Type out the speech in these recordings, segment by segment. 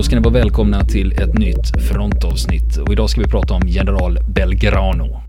ska ni vara välkomna till ett nytt frontavsnitt. Och idag ska vi prata om general Belgrano.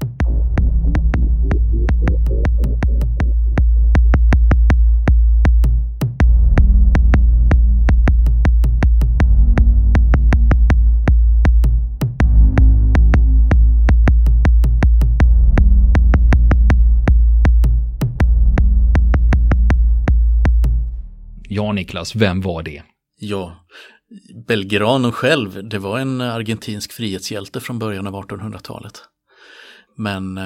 Ja, Niklas, vem var det? Ja, Belgrano själv, det var en argentinsk frihetshjälte från början av 1800-talet. Men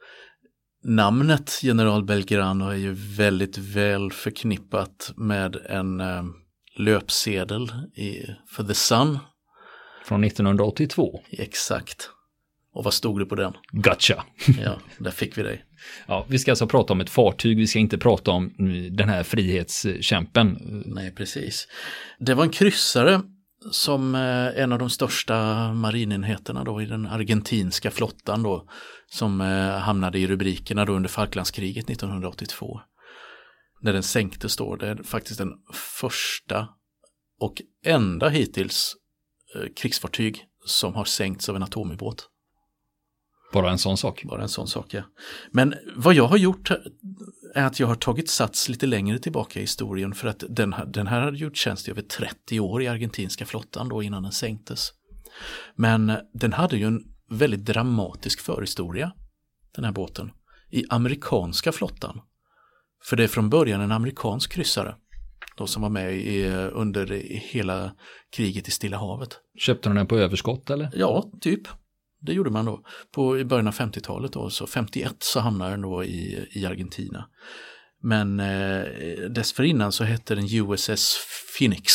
namnet general Belgrano är ju väldigt väl förknippat med en löpsedel för The Sun. Från 1982. Exakt. Och vad stod det på den? Gotcha. Ja, där fick vi dig. Ja, vi ska alltså prata om ett fartyg, vi ska inte prata om den här frihetskämpen. Nej, precis. Det var en kryssare som en av de största marinenheterna då i den argentinska flottan då, som hamnade i rubrikerna då under Falklandskriget 1982. När den sänktes då, det är faktiskt den första och enda hittills krigsfartyg som har sänkts av en atomubåt. Bara en sån sak. Bara en sån sak, ja. Men vad jag har gjort är att jag har tagit sats lite längre tillbaka i historien, för att den här hade gjort tjänst i över 30 år i argentinska flottan då innan den sänktes. Men den hade ju en väldigt dramatisk förhistoria, den här båten, i amerikanska flottan. För det är från början en amerikansk kryssare då, som var med under hela kriget i Stilla havet. Köpte de den på överskott eller? Ja, typ. Det gjorde man då i början av 50-talet då, så 51 så hamnade den då i Argentina. Men dessförinnan så hette den USS Phoenix.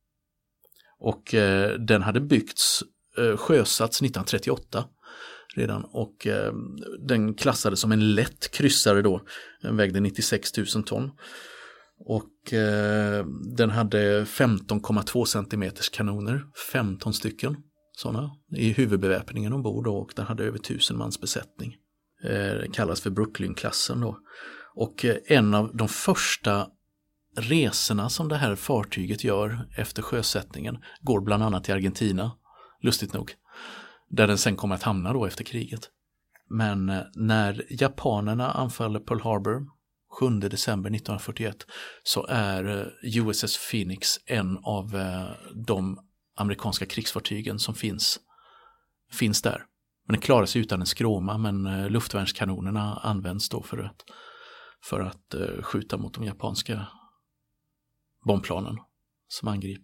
Och den hade byggts, sjösatts 1938 redan, och den klassades som en lätt kryssare då. Den vägde 96 000 ton. Och den hade 15,2 centimeters kanoner, 15 stycken. Sådana i huvudbeväpningen ombord då, och den hade över 1000 mans besättning. Det kallas för Brooklyn-klassen då. Och en av de första resorna som det här fartyget gör efter sjösättningen går bland annat till Argentina, lustigt nog. Där den sen kommer att hamna då efter kriget. Men när japanerna anfaller Pearl Harbor 7 december 1941 så är USS Phoenix en av de amerikanska krigsfartygen som finns där. Men den klarar sig utan en skråma, men luftvärnskanonerna används då för att skjuta mot de japanska bombplanen som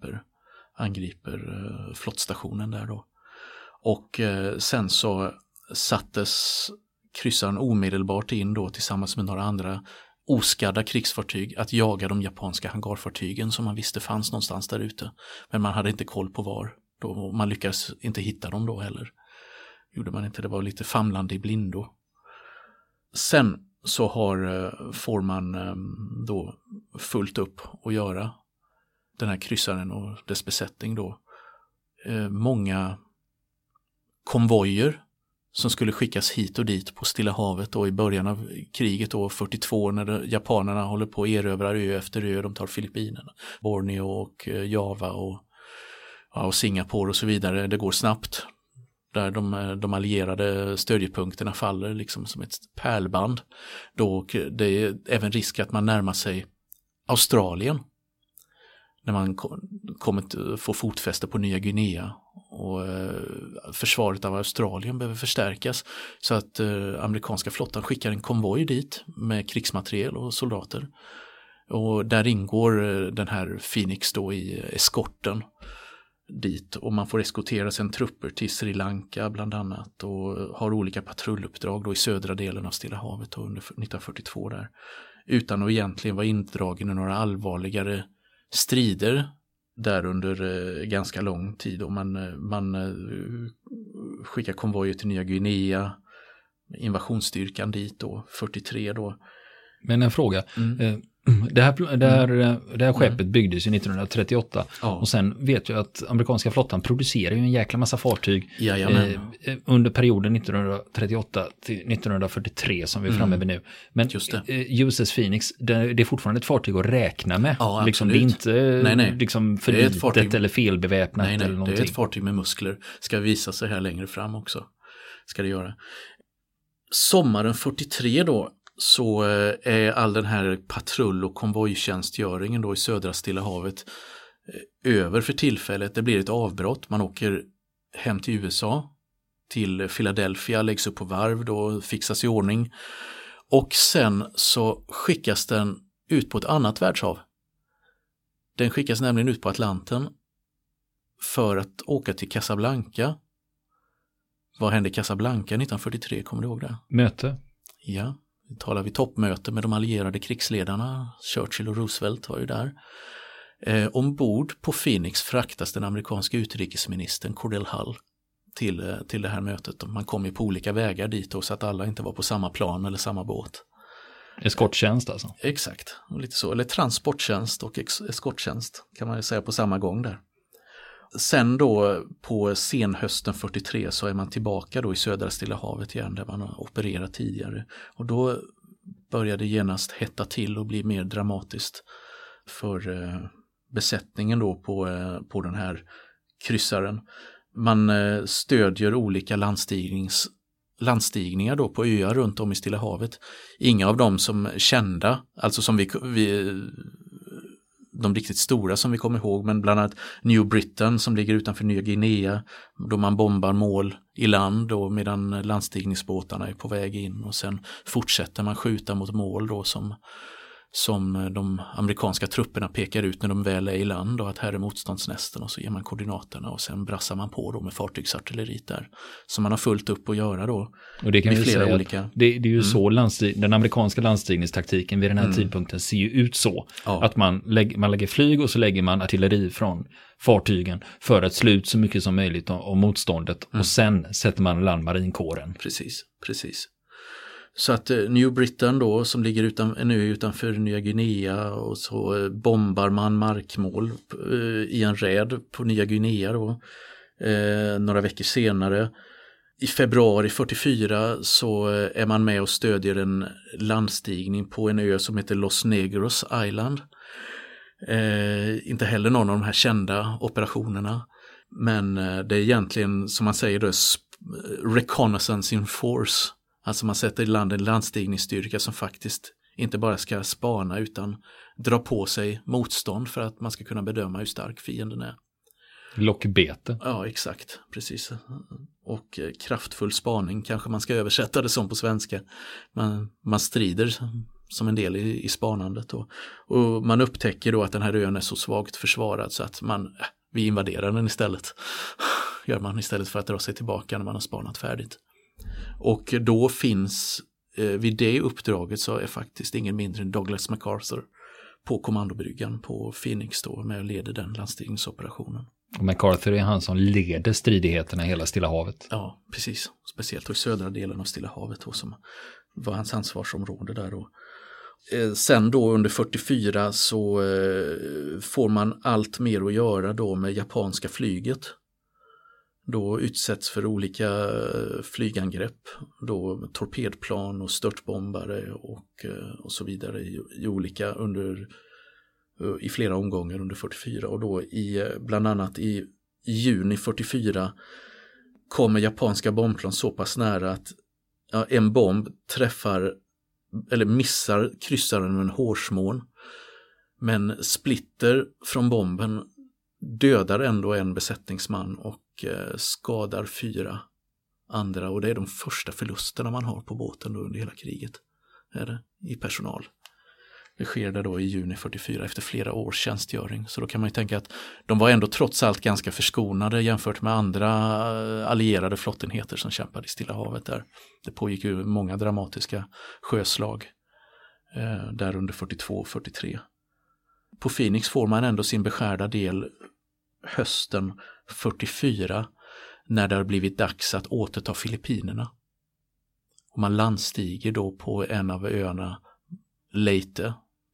angriper flottstationen där då. Och sen så sattes kryssaren omedelbart in då tillsammans med några andra oskadda krigsfartyg att jaga de japanska hangarfartygen som man visste fanns någonstans där ute. Men man hade inte koll på var. Man lyckades inte hitta dem då heller. Gjorde man inte, det var lite famlande i blindo. Sen så får man då fullt upp att göra den här kryssaren och dess besättning då. Många konvojer som skulle skickas hit och dit på Stilla havet då i början av kriget då 42, när japanerna håller på att erövra ö efter ö. De tar Filippinerna, Borneo och Java och Singapore och så vidare. Det går snabbt. Där de allierade stödjepunkterna faller liksom som ett pärlband. Då det är även risk att man närmar sig Australien. När man kommer att få fotfäste på Nya Guinea, och försvaret av Australien behöver förstärkas, så att amerikanska flottan skickar en konvoj dit med krigsmateriel och soldater. Och där ingår den här Phoenix då i eskorten dit, och man får eskortera sen trupper till Sri Lanka bland annat, och har olika patrulluppdrag då i södra delen av Stilla havet då under 1942 där, utan att egentligen vara indragen i några allvarligare strider där under ganska lång tid. Och man skickar konvojer till Nya Guinea, invasionsstyrkan dit då, 43 då. Men en fråga, Det här skeppet byggdes ju 1938 och sen vet jag att amerikanska flottan producerar ju en jäkla massa fartyg under perioden 1938 till 1943 som vi är framme vid nu. Men USS Phoenix, det är fortfarande ett fartyg att räkna med. Ja, liksom, det är inte liksom för litet fartyg, eller felbeväpnat eller någonting. Det är ett fartyg med muskler. Ska visa sig här längre fram också. Ska det göra. Sommaren 43 då så är all den här patrull- och konvojtjänstgöringen då i södra Stilla havet över för tillfället. Det blir ett avbrott. Man åker hem till USA, till Philadelphia, läggs upp på varv då, fixas i ordning. Och sen så skickas den ut på ett annat världshav. Den skickas nämligen ut på Atlanten för att åka till Casablanca. Vad hände i Casablanca 1943? Kommer du ihåg det? Möte. Ja, vi talar vid toppmöte med de allierade krigsledarna. Churchill och Roosevelt var ju där. Ombord på Phoenix fraktas den amerikanska utrikesministern Cordell Hull till det här mötet. Man kom ju på olika vägar dit så att alla inte var på samma plan eller samma båt. Eskorttjänst alltså? Exakt, och lite så. Eller transporttjänst och eskorttjänst kan man ju säga på samma gång där. Sen då på senhösten 43 så är man tillbaka då i södra Stilla havet igen där man har opererat tidigare. Och då började genast hetta till och bli mer dramatiskt för besättningen då på den här kryssaren. Man stödjer olika landstigningar då på öar runt om i Stilla havet. Inga av dem som kända, alltså som de riktigt stora som vi kommer ihåg, men bland annat New Britain som ligger utanför Nya Guinea då man bombar mål i land då, medan landstigningsbåtarna är på väg in, och sen fortsätter man skjuta mot mål då som de amerikanska trupperna pekar ut när de väl är i land och att här är motståndsnästen, och så ger man koordinaterna och sen brassar man på då med fartygsartilleriet där som man har fullt upp att göra då. Och det kan vi säga olika. Det är ju så den amerikanska landstigningstaktiken vid den här tidpunkten ser ju ut så att man lägger flyg och så lägger man artilleri från fartygen för att slå ut så mycket som möjligt av motståndet och sen sätter man land marinkåren. Precis. Så att New Britain då som ligger utanför Nya Guinea, och så bombar man markmål i en räd på Nya Guinea då. Några veckor senare i februari 44 så är man med och stödjer en landstigning på en ö som heter Los Negros Island. Inte heller någon av de här kända operationerna, men det är egentligen som man säger då reconnaissance in force. Alltså man sätter i land en landstigningsstyrka som faktiskt inte bara ska spana utan dra på sig motstånd för att man ska kunna bedöma hur stark fienden är. Lockbete. Ja, exakt. Precis. Och kraftfull spaning kanske man ska översätta det som på svenska. Man strider som en del i spanandet. Och man upptäcker då att den här ön är så svagt försvarad så att vi invaderar den istället. Gör man istället för att dra sig tillbaka när man har spanat färdigt. Och då finns vid det uppdraget så är faktiskt ingen mindre än Douglas MacArthur på kommandobryggan på Phoenix då med och leder den landstigningsoperationen. Och MacArthur är han som leder stridigheterna i hela Stilla havet. Ja, precis. Speciellt i södra delen av Stilla havet då, som var hans ansvarsområde där då. Sen då under 44 så får man allt mer att göra då med japanska flyget. Då utsätts för olika flygangrepp, då torpedplan och störtbombare och så vidare i flera omgångar under 44, och då bland annat i juni 44 kommer japanska bombplan så pass nära att en bomb missar kryssaren med en hårsmån, men splitter från bomben dödar ändå en besättningsman och skadar 4 andra, och det är de första förlusterna man har på båten då under hela kriget i personal. Det sker där då i juni 44 efter flera års tjänstgöring, så då kan man ju tänka att de var ändå trots allt ganska förskonade jämfört med andra allierade flottenheter som kämpade i Stilla havet där. Det pågick ju många dramatiska sjöslag där under 42 och 43. På Phoenix får man ändå sin beskärda del hösten 44 när det har blivit dags att återta Filippinerna. Och man landstiger då på en av öarna Leyte,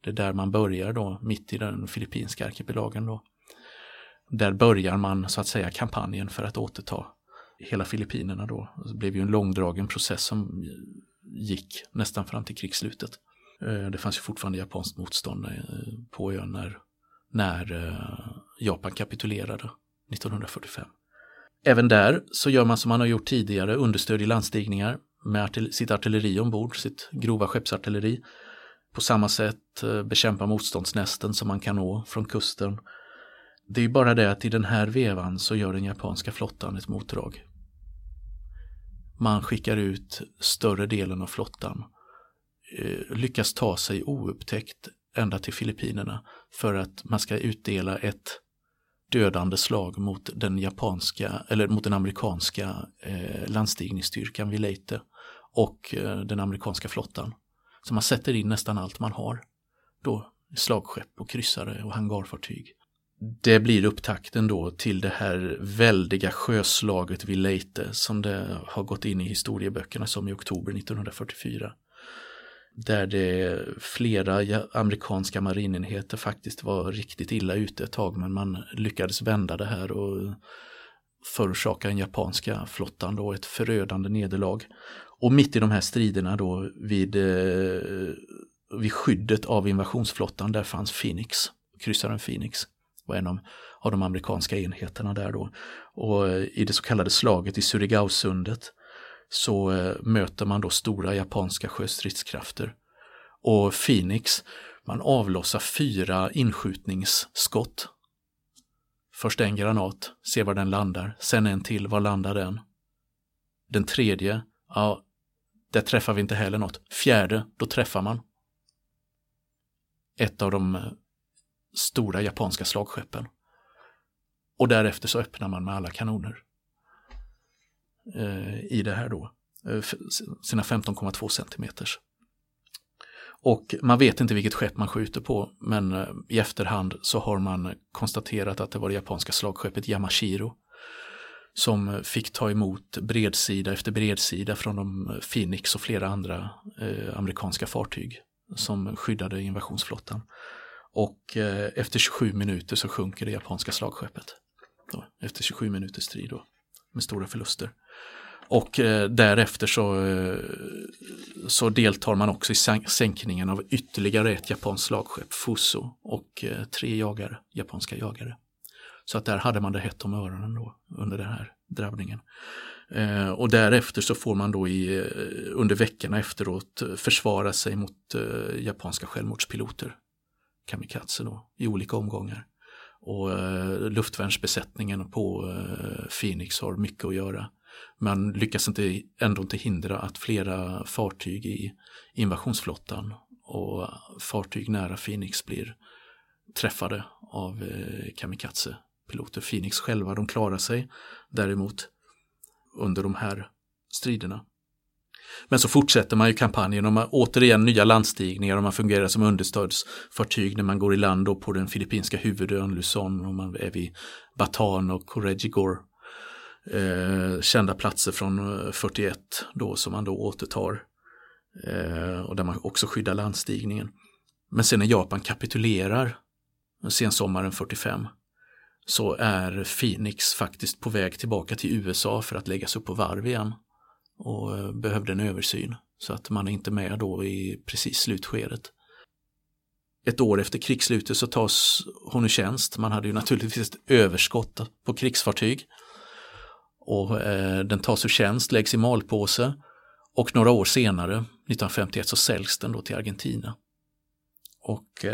Det är där man börjar då, mitt i den filippinska arkipelagen då. Där börjar man så att säga kampanjen för att återta hela Filippinerna då. Det blev ju en långdragen process som gick nästan fram till krigsslutet. Det fanns ju fortfarande japanskt motstånd på ön när Japan kapitulerade 1945. Även där så gör man som man har gjort tidigare, understödjer landstigningar med sitt artilleri ombord, sitt grova skeppsartilleri. På samma sätt bekämpa motståndsnästen som man kan nå från kusten. Det är bara det att i den här vevan så gör den japanska flottan ett motdrag. Man skickar ut större delen av flottan, lyckas ta sig oupptäckt ända till Filippinerna för att man ska utdela ett dödande slag mot den amerikanska landstigningsstyrkan vid Leyte och den amerikanska flottan. Så man sätter in nästan allt man har. Då slagskepp och kryssare och hangarfartyg. Det blir upptakten då till det här väldiga sjöslaget vid Leyte som det har gått in i historieböckerna som i oktober 1944. Där det flera amerikanska marinenheter faktiskt var riktigt illa ute ett tag, men man lyckades vända det här och förorsaka den japanska flottan då ett förödande nederlag. Och mitt i de här striderna då vid skyddet av invasionsflottan där fanns Phoenix, kryssaren Phoenix var en av de amerikanska enheterna där då. Och i det så kallade slaget i Surigao-sundet så möter man då stora japanska sjöstridskrafter. Och Phoenix, man avlossar 4 inskjutningsskott. Först en granat, se var den landar. Sen en till, var landar den? Den tredje, ja, där träffar vi inte heller något. Fjärde, då träffar man. Ett av de stora japanska slagskeppen. Och därefter så öppnar man med alla kanoner i det här då. Sina 15,2 centimeters. Och man vet inte vilket skepp man skjuter på, men i efterhand så har man konstaterat att det var det japanska slagskeppet Yamashiro som fick ta emot bredsida efter bredsida från de Phoenix och flera andra amerikanska fartyg som skyddade invasionsflottan. Och efter 27 minuter så sjunker det japanska slagskeppet. Då, efter 27 minuters strid då, med stora förluster. Och därefter så deltar man också i sänkningen av ytterligare ett japanskt slagskepp, Fuso, och 3 japanska jagare. Så att där hade man det hett om öronen då under den här drabbningen. Och därefter så får man då under veckorna efteråt försvara sig mot japanska självmordspiloter, kamikaze då, i olika omgångar. Och luftvärnsbesättningen på Phoenix har mycket att göra. Man lyckas ändå inte hindra att flera fartyg i invasionsflottan och fartyg nära Phoenix blir träffade av kamikaze-piloter. Phoenix själva, de klarar sig däremot under de här striderna. Men så fortsätter man ju kampanjen och man återigen nya landstigningar och man fungerar som understödsfartyg när man går i land då på den filippinska huvudön Luzon och man är vid Bataan och Corregidor. Kända platser från 41 då som man då återtar och där man också skyddar landstigningen. Men sen när Japan kapitulerar sen sommaren 45 så är Phoenix faktiskt på väg tillbaka till USA för att läggas upp på varv igen och behövde en översyn så att man är inte med då i precis slutskedet. Ett år efter krigsslutet så tas hon i tjänst. Man hade ju naturligtvis ett överskott på krigsfartyg. Och den tas ur tjänst, läggs i malpåse och några år senare, 1951, så säljs den då till Argentina. Och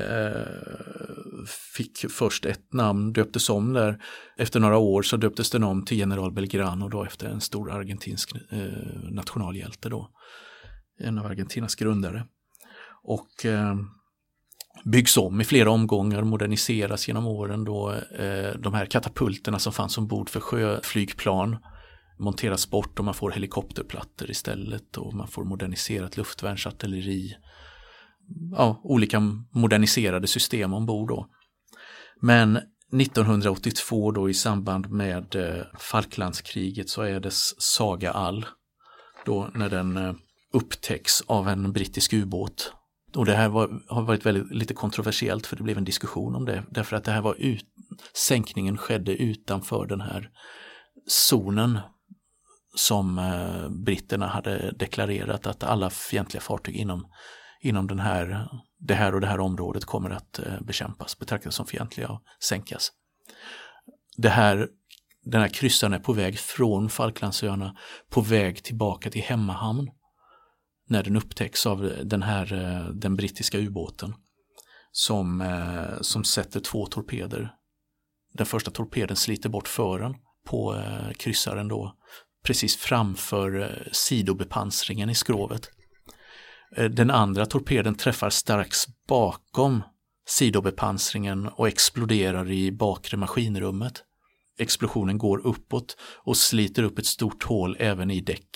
fick först ett namn, döptes om där. Efter några år så döptes den om till General Belgrano då efter en stor argentinsk nationalhjälte då. En av Argentinas grundare. Och byggs om i flera omgångar, moderniseras genom åren då. De här katapulterna som fanns ombord för sjöflygplan monteras bort och man får helikopterplattor istället och man får moderniserat luftvärnsartilleri. Ja, olika moderniserade system ombord då. Men 1982 då i samband med Falklandskriget så är dess saga all. Då när den upptäcks av en brittisk ubåt Och det här har varit lite kontroversiellt, för det blev en diskussion om det. Därför att det här sänkningen skedde utanför den här zonen som britterna hade deklarerat att alla fientliga fartyg inom det här området kommer att betraktas som fientliga och sänkas. Den här kryssaren är på väg från Falklandsöarna på väg tillbaka till hemmahamn när den upptäcks av den brittiska ubåten som sätter 2 torpeder. Den första torpeden sliter bort fören på kryssaren då, precis framför sidobepansringen i skrovet. Den andra torpeden träffar strax bakom sidobepansringen och exploderar i bakre maskinrummet. Explosionen går uppåt och sliter upp ett stort hål även i däck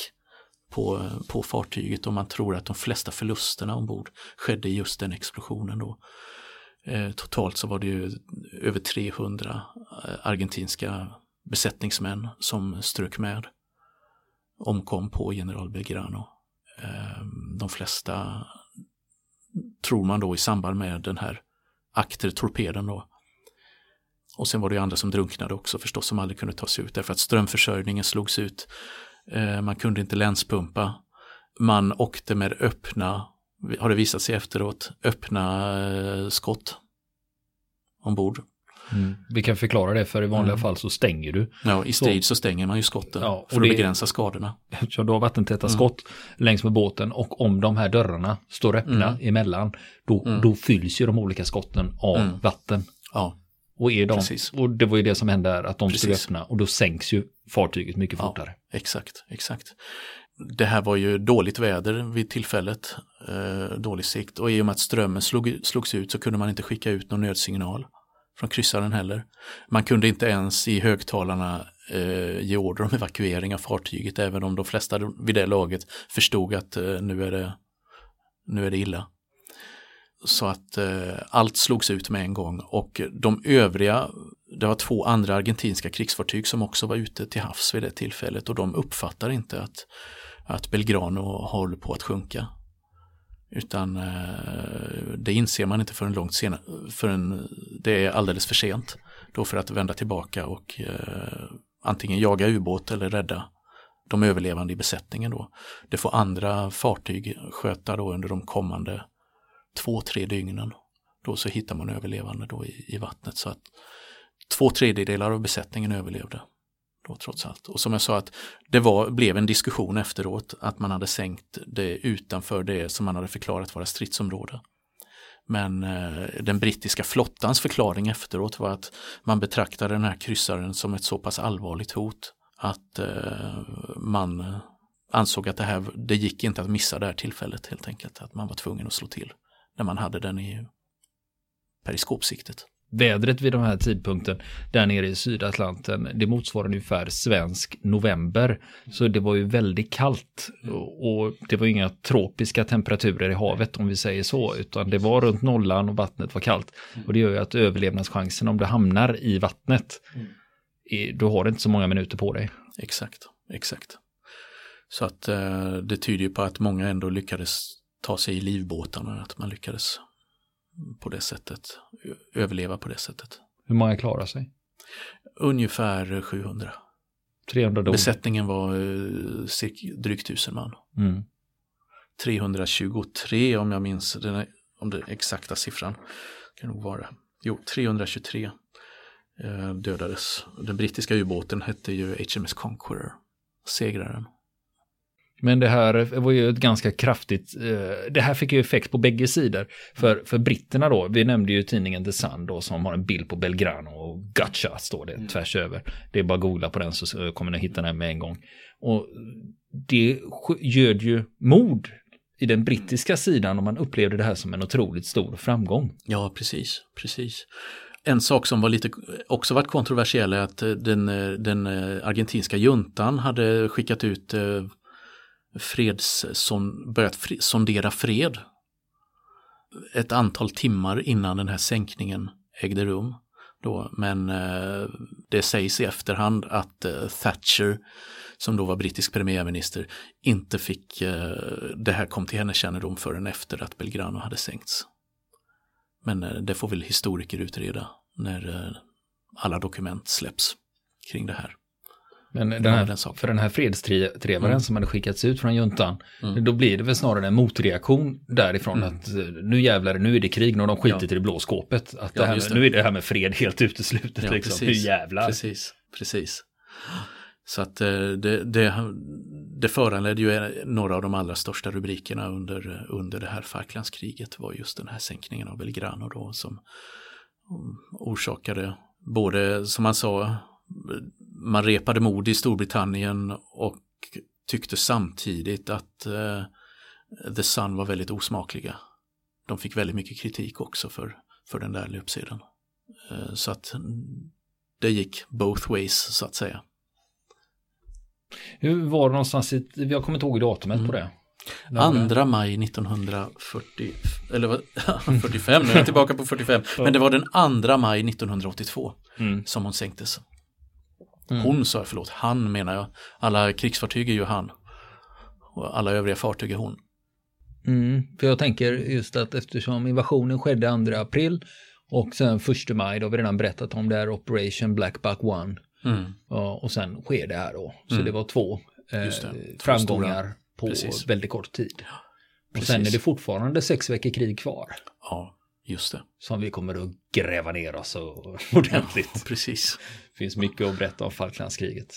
på fartyget, och man tror att de flesta förlusterna ombord skedde i just den explosionen då. Totalt så var det ju över 300 argentinska besättningsmän som strök med, omkom på General Belgrano. De flesta tror man då i samband med den här aktertorpeden då. Och sen var det ju andra som drunknade också förstås, som aldrig kunde tas ut därför att strömförsörjningen slogs ut. Man kunde inte länspumpa. Man åkte med öppna, har det visat sig efteråt, öppna skott ombord. Vi kan förklara det, för i vanliga fall så stänger du. Ja, i stage så stänger man ju skotten för att begränsa skadorna. Så du har vattentäta skott längs med båten, och om de här dörrarna står öppna emellan, då fylls ju de olika skotten av vatten. Ja. Och det var ju det som hände där, att de stod öppna, och då sänks ju fartyget mycket fortare. Exakt. Det här var ju dåligt väder vid tillfället, dålig sikt, och i och med att strömmen slogs ut så kunde man inte skicka ut någon nödsignal från kryssaren heller. Man kunde inte ens i högtalarna ge order om evakuering av fartyget, även om de flesta vid det laget förstod att nu är det illa. Så att allt slogs ut med en gång, och de övriga, det var 2 andra argentinska krigsfartyg som också var ute till havs vid det tillfället, och de uppfattar inte att Belgrano håller på att sjunka. Utan det inser man inte förrän långt senare, förrän det är alldeles för sent då för att vända tillbaka och antingen jaga ubåt eller rädda de överlevande i besättningen då. Det får andra fartyg sköta då under de kommande 2-3 dygnen. Då så hittar man överlevande då i vattnet, så att 2/3 av besättningen överlevde då trots allt. Och som jag sa, att det blev en diskussion efteråt att man hade sänkt det utanför det som man hade förklarat vara stridsområde. Men den brittiska flottans förklaring efteråt var att man betraktade den här kryssaren som ett så pass allvarligt hot att man ansåg att det gick inte att missa det här tillfället helt enkelt. Att man var tvungen att slå till när man hade den i periskopsiktet. Vädret vid den här tidpunkten där nere i Sydatlanten, det motsvarar ungefär svensk november. Så det var ju väldigt kallt, och det var inga tropiska temperaturer i havet om vi säger så, utan det var runt nollan och vattnet var kallt. Och det gör ju att överlevnadschansen om du hamnar i vattnet, då har du inte så många minuter på dig. Exakt. Så att det tyder ju på att många ändå lyckades ta sig i livbåtarna, att man lyckades på det sättet, överleva på det sättet. Hur många klarar sig? Ungefär 700. 300 dog. Besättningen var drygt 1000 man. 323 om jag minns om det exakta siffran. Kan nog vara. 323 dödades. Den brittiska ubåten hette ju HMS Conqueror, segraren. Men det här var ju ett ganska kraftigt, det här fick ju effekt på bägge sidor. För britterna då, vi nämnde ju tidningen The Sun då, som har en bild på Belgrano och Gotcha står det tvärs över. Det är bara att googla på den så kommer ni hitta den med en gång. Och det göd ju mod i den brittiska sidan, och man upplevde det här som en otroligt stor framgång. Ja, precis. En sak som också varit kontroversiell är att den argentinska juntan hade skickat ut börjat sondera fred ett antal timmar innan den här sänkningen ägde rum. då, men det sägs i efterhand att Thatcher, som då var brittisk premiärminister, inte fick, det här kom till hennes kännedom förrän efter att Belgrano hade sänkts. Men det får väl historiker utreda när alla dokument släpps kring det här. Men för den här fredstrevaren som hade skickats ut från juntan, då blir det väl snarare en motreaktion därifrån att nu jävlar, nu är det krig, när de skiter i det blå skåpet. Att det här nu är det här med fred helt uteslutet. Liksom. Hur jävlar? Precis. Så att det föranledde ju några av de allra största rubrikerna under det här Falklandskriget, var just den här sänkningen av Belgrano då, som orsakade både, som man sa, man repade mod i Storbritannien och tyckte samtidigt att The Sun var väldigt osmakliga. De fick väldigt mycket kritik också för den där löpsedeln. Så att det gick both ways, så att säga. Hur var det någonstans, vi har kommit ihåg datumet på det? 2 maj 1940, eller 45, nu är jag tillbaka på 45, men det var den 2 maj 1982 som hon sänktes. Hon sa, han menar jag, alla krigsfartyg är ju han och alla övriga fartyg är hon. För jag tänker just att eftersom invasionen skedde 2 april och sen 1 maj, då har vi redan berättat om det här Operation Black Buck 1 och sen sker det här då. Så det var 2 framgångar på väldigt kort tid. Och sen är det fortfarande 6 veckor krig kvar. Ja, just det. Som vi kommer att gräva ner oss ordentligt. Ja, precis. Det finns mycket att berätta om Falklandskriget.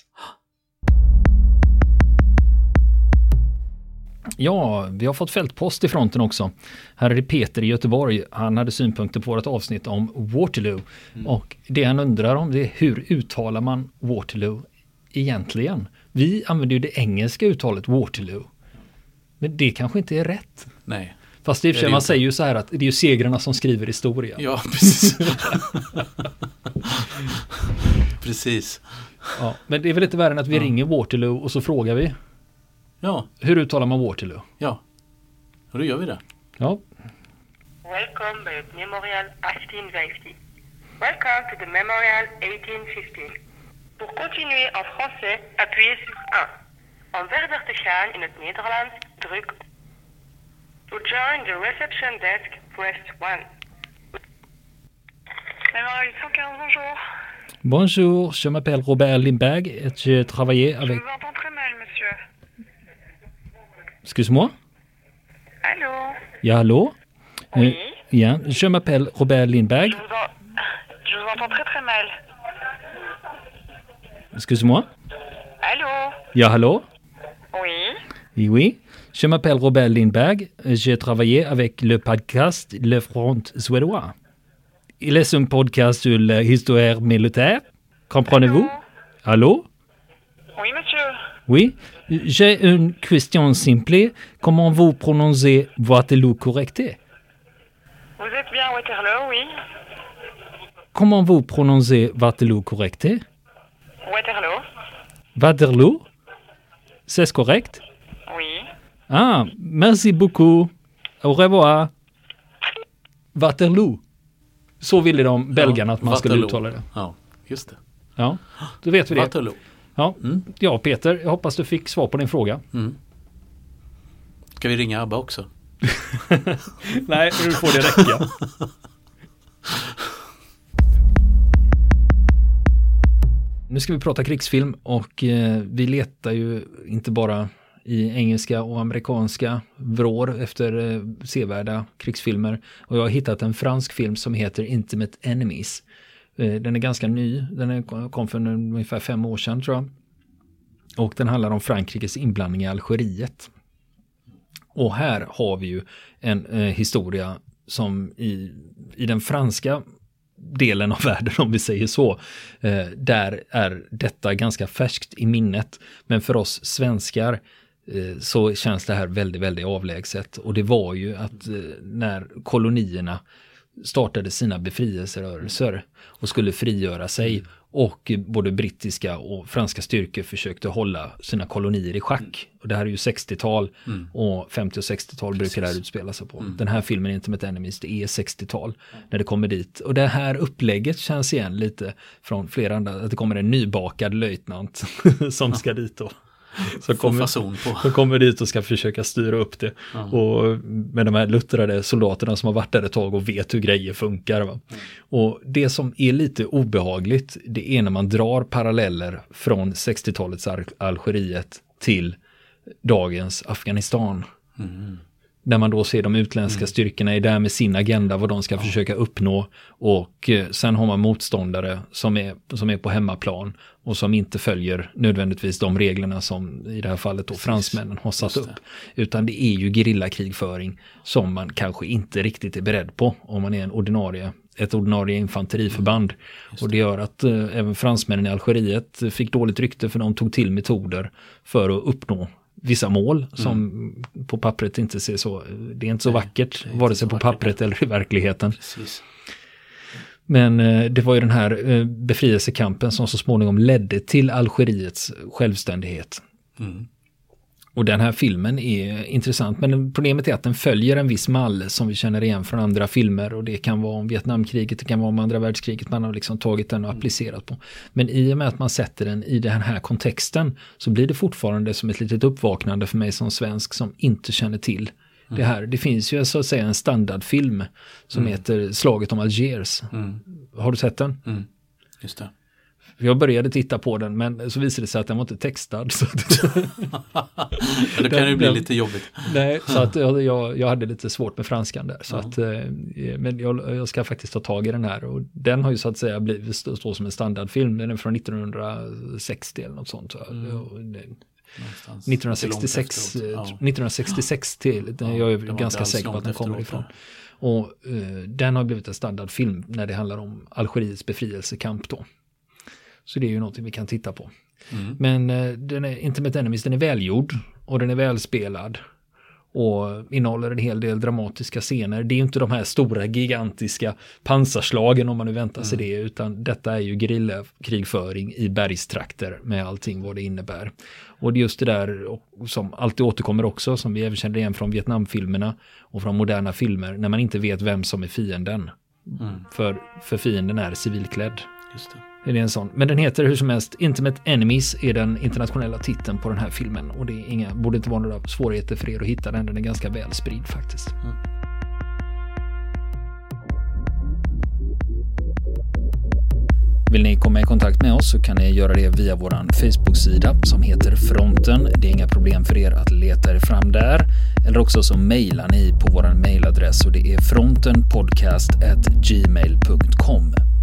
Ja, vi har fått fältpost i fronten också. Här är det Peter i Göteborg. Han hade synpunkter på vårt avsnitt om Waterloo. Och det han undrar om, det är hur uttalar man Waterloo egentligen? Vi använder ju det engelska uttalet Waterloo. Men det kanske inte är rätt. Nej. Fast i och för sig man säger ju så här att det är ju segrarna som skriver historia. Ja, precis. Precis. Ja, men det är väl lite värre än att vi ringer Waterloo och så frågar vi. Ja. Hur uttalar man Waterloo? Ja, och då gör vi det. Ja. Welcome by Memorial 1850. Welcome to the Memorial 1850. Pour continuer en français, appuyez sur 1. Om verder te gaan in het Nederlands, druk. To join the reception desk, press 1. Memorial 115, bonjour. Bonjour, je m'appelle Robert Lindberg et j'ai travaillé avec... Je vous entends très mal, monsieur. Excuse-moi? Allô? Ja, hallå? Oui. Ja, je m'appelle Robert Lindberg. Je vous entends très très mal. Excuse-moi? Allô? Ja, hallå? Oui. Oui. Je m'appelle Robert Lindberg. J'ai travaillé avec le podcast Le Front Suédois. Il est un podcast sur l'histoire militaire. Comprenez-vous? Allô? Oui, monsieur. Oui. J'ai une question simple. Comment vous prononcez Waterloo correctement? Vous êtes bien à Waterloo, oui. Comment vous prononcez Waterloo correctement? Waterloo. Waterloo? C'est correct? Oui. Ah, merci beaucoup. Au revoir. Waterloo. Så ville de belgarna att man skulle uttala det. Ja, just det. Ja, då vet vi det. Waterloo. Ja. Ja, Peter, jag hoppas du fick svar på din fråga. Ska vi ringa Abba också? Nej, nu får det räcka. Nu ska vi prata krigsfilm och vi letar ju inte bara i engelska och amerikanska vrår efter sevärda krigsfilmer. Och jag har hittat en fransk film som heter Intimate Enemies. Den är ganska ny, kom för ungefär 5 år sedan tror jag. Och den handlar om Frankrikes inblandning i Algeriet. Och här har vi ju en historia som i den franska delen av världen, om vi säger så, där är detta ganska färskt i minnet. Men för oss svenskar så känns det här väldigt, väldigt avlägset. Och det var ju att när kolonierna startade sina befrielserörelser och skulle frigöra sig Och både brittiska och franska styrkor försökte hålla sina kolonier i schack. Och det här är ju 60-tal och 50- och 60-tal brukar det här utspela sig på. Den här filmen Intimate Enemies, det är 60-tal när det kommer dit. Och det här upplägget känns igen lite från flera andra, att det kommer en nybakad löjtnant som ska dit då. Så kommer dit och ska försöka styra upp det. Och med de här luttrade soldaterna som har varit där ett tag och vet hur grejer funkar. Va? Och det som är lite obehagligt, det är när man drar paralleller från 60-talets Algeriet till dagens Afghanistan. Där man då ser de utländska styrkorna är där med sin agenda, vad de ska försöka uppnå. Och sen har man motståndare som är på hemmaplan och som inte följer nödvändigtvis de reglerna som i det här fallet då fransmännen har satt upp. Utan det är ju gerillakrigföring som man kanske inte riktigt är beredd på om man är ett ordinarie infanteriförband. Och det gör att även fransmännen i Algeriet fick dåligt rykte för de tog till metoder för att uppnå vissa mål som på pappret inte ser så, det är inte så vackert vare sig på pappret eller i verkligheten. Precis. Men det var ju den här befrielsekampen som så småningom ledde till Algeriets självständighet. Och den här filmen är intressant, men problemet är att den följer en viss mall som vi känner igen från andra filmer, och det kan vara om Vietnamkriget, det kan vara om andra världskriget, man har liksom tagit den och applicerat på. Men i och med att man sätter den i den här kontexten så blir det fortfarande som ett litet uppvaknande för mig som svensk som inte känner till det här. Det finns ju så att säga en standardfilm som heter Slaget om Algiers. Har du sett den? Just det. Jag började titta på den, men så visade det sig att den var inte textad. Så men det kan ju bli lite jobbigt. Nej, så att jag hade lite svårt med franskan där. Så att, men jag ska faktiskt ta tag i den här. Och den har ju så att säga blivit stå som en standardfilm. Den är från 1960 eller något sånt. 1966 till, jag är ganska säker på att den kommer ifrån. Och den har blivit en standardfilm när det handlar om Algeriets befrielsekamp då. Så det är ju någonting vi kan titta på. Men den är Intimate Enemies, den är välgjord och den är välspelad och innehåller en hel del dramatiska scener. Det är ju inte de här stora gigantiska pansarslagen om man nu väntar sig det, utan detta är ju gerillakrigföring i bergstrakter med allting vad det innebär. Och det är just det där som alltid återkommer också, som vi även känner igen från Vietnamfilmerna och från moderna filmer, när man inte vet vem som är fienden. För fienden är civilklädd. Just det. Det är en sån. Men den heter hur som helst Intimate Enemies är den internationella titeln på den här filmen. Och det är borde inte vara några svårigheter för er att hitta den. Den är ganska väl spridd faktiskt. Vill ni komma i kontakt med oss så kan ni göra det via våran Facebook-sida som heter Fronten. Det är inga problem för er att leta er fram där. Eller också så mejlar ni på våran mejladress och det är frontenpodcast@gmail.com.